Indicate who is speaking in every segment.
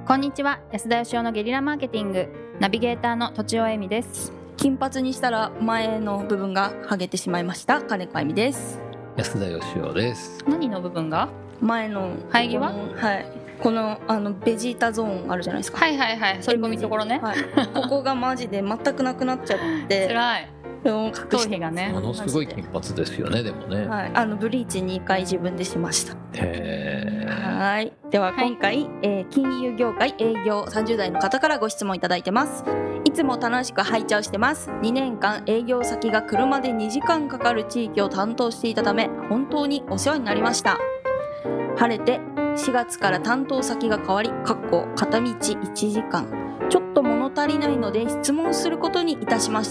Speaker 1: こんにちは、安田義雄のゲリラマーケティングナビゲーターのとちおえみです。
Speaker 2: 金髪にしたら前の部分が剥げてしまいました金子あゆみです。
Speaker 3: 安田義雄です。
Speaker 1: 何の部分が？
Speaker 2: 前の
Speaker 1: 生え際？
Speaker 2: はい、このベジータゾーンあるじゃないですか。
Speaker 1: はいはいはい、反り込みところね、
Speaker 2: はい、ここがマジで全くなくなっちゃって
Speaker 1: 辛い。
Speaker 2: 隠して
Speaker 1: がね、
Speaker 3: ものすごい金髪ですよね。でもね、
Speaker 2: はい、ブリーチ2回自分でしました。はい、では今回、金融業界営業30代の方からご質問いただいてます。いつも楽しく拝聴してます。2年間営業先が車で2時間かかる地域を担当していたため本当にお世話になりました。晴れて4月から担当先が変わり片道1時間、ちょっと物足りないので質問することにいたしました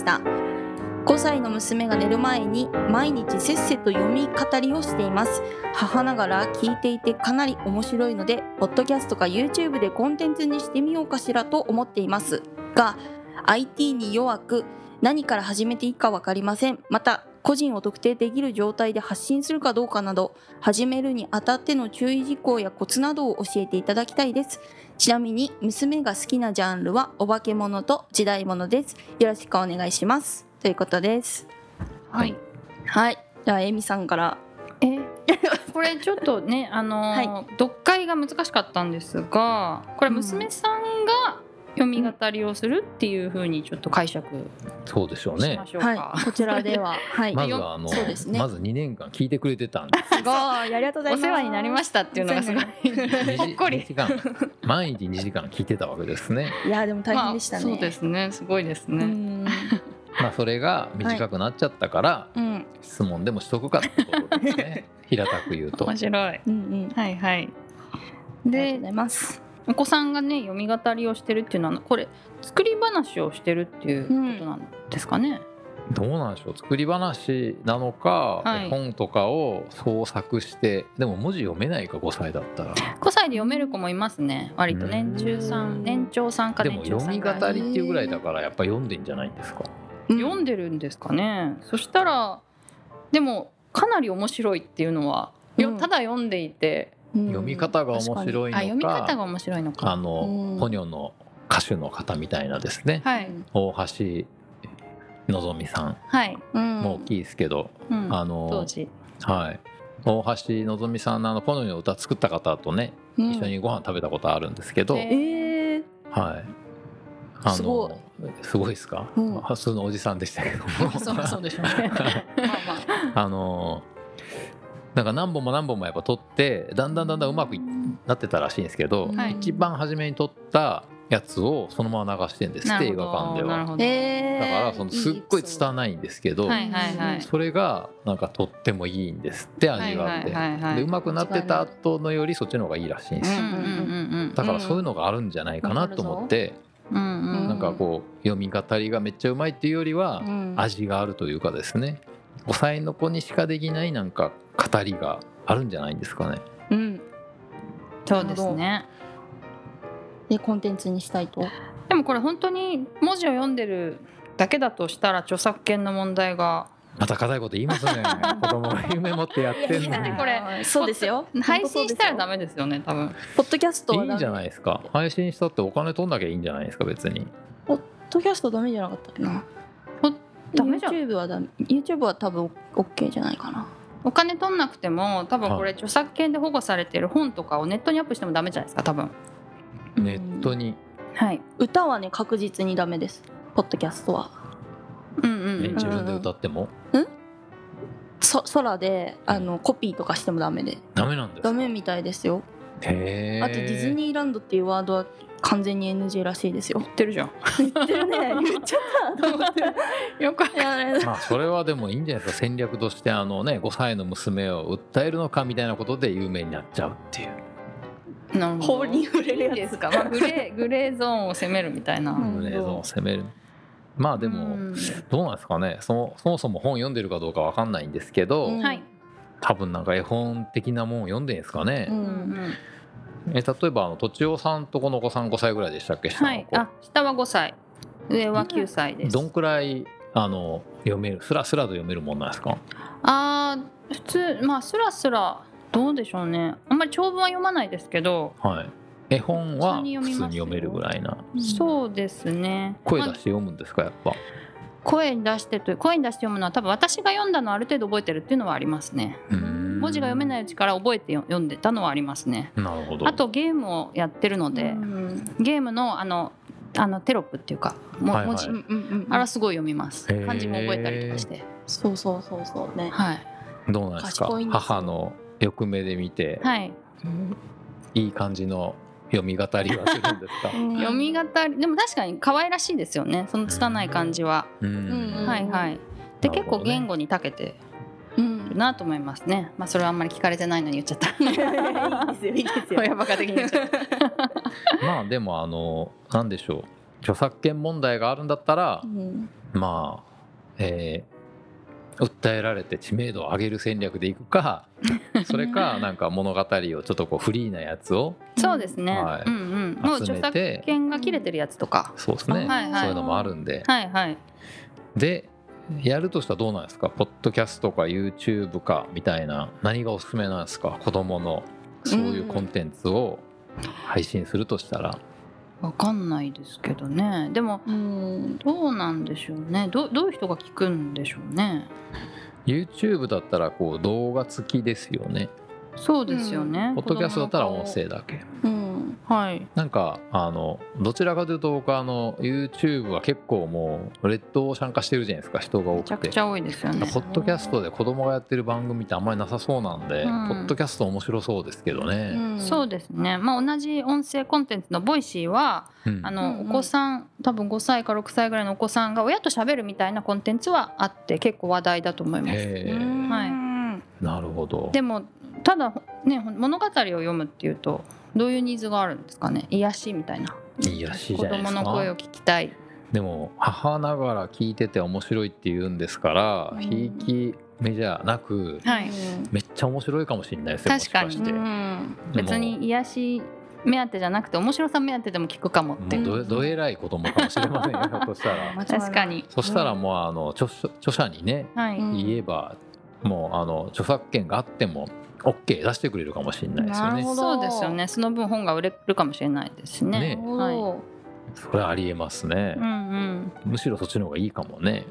Speaker 2: 。5歳の娘が寝る前に毎日せっせと読み語りをしています。母ながら聞いていてかなり面白いのでポッドキャストか YouTube でコンテンツにしてみようかしらと思っていますが、 IT に弱く何から始めていいか分かりません。また個人を特定できる状態で発信するかどうかなど、始めるにあたっての注意事項やコツなどを教えていただきたいです。ちなみに娘が好きなジャンルはお化け物と時代物です。よろしくお願いしますということです。
Speaker 1: はい
Speaker 2: はい、じゃあエミさんから
Speaker 1: これちょっとね、
Speaker 2: はい、
Speaker 1: 読解が難しかったんですが、これ娘さんが読み語りをするっていう風にちょっと解釈
Speaker 3: そうでしょうね。
Speaker 1: しましょうか。
Speaker 2: はい、こちらでは、はい、
Speaker 3: まずは
Speaker 2: そうですね、
Speaker 3: まず2年間聞いてくれてたんです
Speaker 2: すごいありがとうございます。
Speaker 1: お世話になりましたっていうのがすごいほっこり
Speaker 3: 2時間毎日2時間聞いてたわけですね。
Speaker 2: いやでも大変でしたね、
Speaker 1: そうですね、すごいですね。
Speaker 3: それが短くなっちゃったから、はい、質問でもしとくかってことですね平たく言うと
Speaker 1: 面白い、はいはい。で、ありがとうございます。お子さんがね読み語りをしてるっていうのはこれ作り話をしてるっていうことなんですかね、
Speaker 3: どうなんでしょう。作り話なのか、はい、本とかを創作して、でも文字読めないか5歳だったら。
Speaker 1: 5歳で読める子もいますね、割と年長さんか年長さん。
Speaker 3: でも読み語りっていうぐらいだからやっぱ読んでんじゃないんですか。
Speaker 1: 読んでるんですかね。そしたらでもかなり面白いっていうのは、ただ読んでいて
Speaker 3: 読み方が面白いのか、
Speaker 1: 読み方が面白いのか、
Speaker 3: ポニョの歌手の方みたいなですね、はい、大橋のぞみさん、はい、もう大きいですけど、当時、はい、大橋のぞみさんのポニョの歌作った方とね、一緒にご飯食べたことあるんですけど、はい、すごいですか、普通のおじさんでしたけども
Speaker 1: そうでしょうね
Speaker 3: なんか何本もやっぱ撮ってだんだんうまくなってたらしいんですけど、一番初めに撮ったやつをそのまま流してるんですって、映画館では。だからすっごい拙いんですけど、それがなんかとってもいいんですって、味があって、でうまくなってた後のよりそっちの方がいいらしいんですよ。だからそういうのがあるんじゃないかなと思って、なんかこう読み語りがめっちゃうまいっていうよりは味があるというかですね、5歳の子にしかできないなんか語りがあるんじゃないんですかね。
Speaker 1: そうですね。
Speaker 2: でコンテンツにしたいと。
Speaker 1: でもこれ本当に文字を読んでるだけだとしたら著作権の問題が。
Speaker 3: また硬いこと言いますね子供が夢持ってやってんのに。
Speaker 1: これ
Speaker 2: そうですよ、
Speaker 1: 配信したらダメですよね多分。
Speaker 2: ポッドキャストはい
Speaker 3: いんじゃないですか。配信したってお金取んなきゃいいんじゃないですか。別に
Speaker 2: ポッドキャストダメじゃなかったっけな。
Speaker 1: ダメじゃん。
Speaker 2: YouTube はダメ。 YouTube は多分 OK じゃないかな。
Speaker 1: お金取んなくても多分これ著作権で保護されてる本とかをネットにアップしてもダメじゃないですか多分。
Speaker 3: ネットに、
Speaker 2: はい、歌はね確実にダメです、ポッドキャストは。
Speaker 3: 自分で歌っても、
Speaker 2: 空でコピーとかしてもダメで。
Speaker 3: ダメなんですか。
Speaker 2: ダメみたいですよ。
Speaker 3: へー。
Speaker 2: あとディズニーランドっていうワードは完全に NG らしいですよ。
Speaker 1: 言ってるじゃん
Speaker 2: 言ってるね言っちゃったと思って
Speaker 1: よく
Speaker 3: それはでもいいんじゃないですか。戦略として5歳の娘を訴えるのかみたいなことで有名になっちゃうっていう。
Speaker 2: 法に触れるやつ
Speaker 1: ですか、グレーゾーンを攻めるみたいな。
Speaker 3: グレーゾーンを攻める。でもどうなんですかね。そもそも本読んでるかどうか分かんないんですけど、多分なんか絵本的なもん読んでるんですかね。例えばとちおさんとこのお子さん5歳ぐらいでしたっけ。
Speaker 1: 下の子、下は5歳上は9歳です。
Speaker 3: どんくらい読める、スラスラと読めるもんなんですか。
Speaker 1: 普通スラスラどうでしょうね。あんまり長文は読まないですけど、
Speaker 3: 絵本は普通に読めるぐらいな。
Speaker 1: そうですね。
Speaker 3: 声出して読むんですか、やっぱ。
Speaker 1: 声に出して読むのは多分私が読んだのはある程度覚えてるっていうのはありますね。文字が読めないうちから覚えて読んでたのはありますね。
Speaker 3: なるほど。
Speaker 1: あとゲームをやってるので、ゲームのテロップっていうか文字、あらすごい読みます。漢字も覚えたりとかして。
Speaker 2: そうね。
Speaker 1: はい。
Speaker 3: どうなんですか。母の横目で見て、
Speaker 1: はい、
Speaker 3: いい感じの読み語りはするんですか。
Speaker 1: 読み語りでも確かに可愛らしいですよね、その拙い感じは。はいはい。で、結構言語に長けてるなと思いますね。まあそれはあんまり聞かれてないのに言っちゃった。いいですよ。親バカ的に言っちゃった。
Speaker 3: まあでもなんでしょう、著作権問題があるんだったら、まあ訴えられて知名度を上げる戦略でいくか、それかなんか物語をちょっとこうフリーなやつを、
Speaker 1: そうですね、もう著作権が切れてるやつとか、
Speaker 3: そうですね、そういうのもあるんで、でやるとしたらどうなんですか。ポッドキャストか YouTube かみたいな、何がおすすめなんですか。子供のそういうコンテンツを配信するとしたら。
Speaker 1: 分かんないですけどね。でもどうなんでしょうね。どういう人が聞くんでしょうね。
Speaker 3: YouTube だったらこう動画付きですよね。
Speaker 1: そうですよね。
Speaker 3: ポッドキャストだったら音声だけ。
Speaker 1: はい。
Speaker 3: なんかどちらかというと僕YouTube は結構もうレッドオーシャン化してるじゃないですか、人が多くて。
Speaker 1: めちゃくちゃ多いですよね。
Speaker 3: ポッドキャストで子供がやってる番組ってあんまりなさそうなんで、ポッドキャスト面白そうですけどね。
Speaker 1: そうですね。まあ同じ音声コンテンツのボイシーは、お子さん多分5歳か6歳ぐらいのお子さんが親と喋るみたいなコンテンツはあって結構話題だと思います。はい。
Speaker 3: なるほど。
Speaker 1: でもただね、物語を読むっていうとどういうニーズがあるんですかね。癒しみたいな。
Speaker 3: 癒しじゃないですか。
Speaker 1: 子供の声を聞きたい。
Speaker 3: でも母ながら聞いてて面白いって言うんですから、ひいき目じゃなく、めっちゃ面白いかもしれないですよ。
Speaker 1: 確かに。別に癒し目当てじゃなくて面白さ目当てでも聞くかもって。
Speaker 3: どえらい子供かもしれませんよ。ひょっとしたら。
Speaker 1: 確かに。
Speaker 3: そしたらもう著者にね、言えばもう著作権があってもOK 出してくれるかもしれないですよね。
Speaker 1: そうですよね。その分本が売れるかもしれないですね。
Speaker 3: それはありえますね。むしろそっちの方がいいかもね。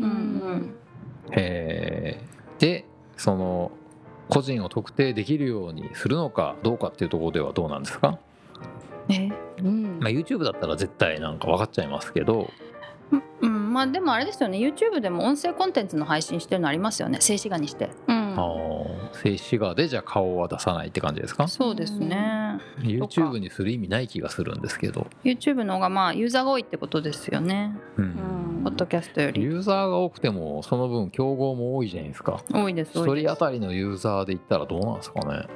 Speaker 3: でその個人を特定できるようにするのかどうかっていうところではどうなんですか。YouTube だったら絶対なんか分かっちゃいますけど、
Speaker 1: まあでもあれですよね。 YouTube でも音声コンテンツの配信してるのありますよね。静止画にして。
Speaker 3: 静止画でじゃあ顔は出さないって感じですか。
Speaker 1: そうですね。
Speaker 3: YouTube にする意味ない気がするんですけど、
Speaker 1: YouTube の方がまあユーザーが多いってことですよね。ポッドキャストより
Speaker 3: ユーザーが多くてもその分競合も多いじゃないですか。
Speaker 1: 多いです。
Speaker 3: 1人当たりのユーザーで言ったらどうなんですかね。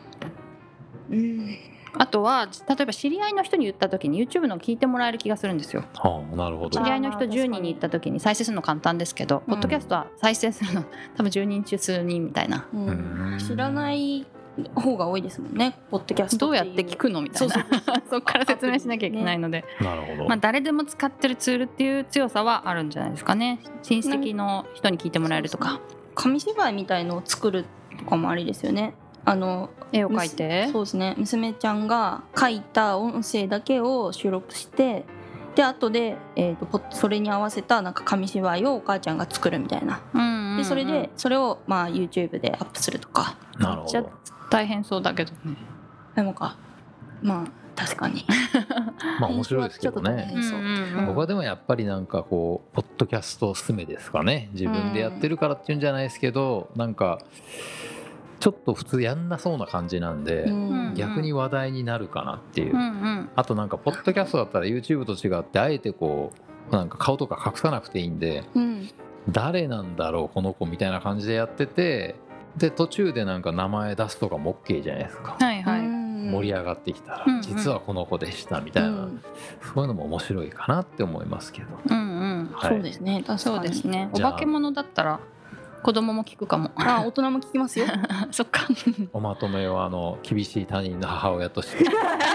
Speaker 1: あとは例えば知り合いの人に言った時に YouTube の聞いてもらえる気がするんですよ。
Speaker 3: なるほど。
Speaker 1: 知り合いの人10人に言った時に再生するの簡単ですけど、ポッドキャストは再生するの多分10人中数人みたいな。
Speaker 2: 知らない方が多いですもんね。ポッドキャスト
Speaker 1: どうやって聞くのみたいな。そこから説明しなきゃいけないので。
Speaker 3: なるほど。
Speaker 1: まあ誰でも使ってるツールっていう強さはあるんじゃないですかね。親戚の人に聞いてもらえるとか。
Speaker 2: 紙芝居みたいのを作るとかもありですよね。
Speaker 1: 絵を描いて。
Speaker 2: そうですね。娘ちゃんが書いた音声だけを収録して、で後で、それに合わせたなんか紙芝居をお母ちゃんが作るみたいな。でそれをまあ YouTube でアップするとか。
Speaker 3: なるほど。
Speaker 1: 大変そうだけどね。
Speaker 2: でもまあ確かに
Speaker 3: まあ面白いですけどね。僕はでもやっぱりなんかこうポッドキャストおすすめですかね。自分でやってるからっていうんじゃないですけど、なんかちょっと普通やんなそうな感じなんで、逆に話題になるかなっていう。あとなんかポッドキャストだったら YouTube と違ってあえてこうなんか顔とか隠さなくていいんで、誰なんだろうこの子みたいな感じでやってて、で途中でなんか名前出すとかも OK じゃないですか。盛り上がってきたら、実はこの子でしたみたいな、そういうのも面白いかなって思いますけど。
Speaker 2: そうですね。
Speaker 1: そうですね。お化け物だったら子供も聞くかも。
Speaker 2: 大人も聞きますよ。
Speaker 1: そっか。
Speaker 3: おまとめを厳しい他人の母親として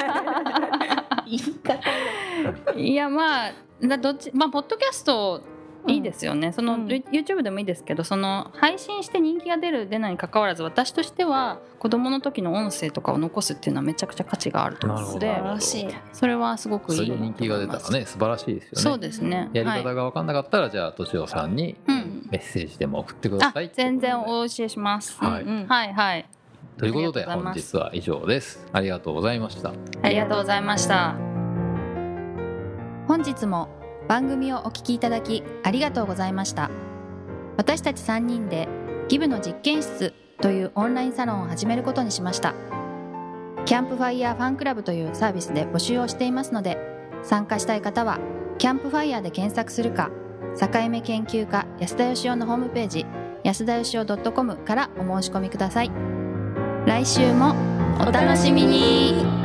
Speaker 2: 言い方
Speaker 1: いやまあポッドキャストいいですよね。その、YouTube でもいいですけど、その配信して人気が出る出ないに関わらず、私としては子供の時の音声とかを残すっていうのはめちゃくちゃ価値があると思うので、それはすごくいい。
Speaker 3: それで人気が出たらね、素晴らしいですよね。
Speaker 1: そうですね。
Speaker 3: やり方が分かんなかったら、じゃあとしおさんにメッセージでも送ってください。
Speaker 1: 全然お教えします。はいはい。
Speaker 3: ということで本日は以上です。ありがとうございました。
Speaker 1: ありがとうございました。
Speaker 2: 本日も番組をお聞きいただきありがとうございました。私たち3人でギブの実験室というオンラインサロンを始めることにしました。キャンプファイヤーファンクラブというサービスで募集をしていますので、参加したい方はキャンプファイヤーで検索するか、境目研究家安田義雄のホームページ安田義雄 .com からお申し込みください。来週もお楽しみに。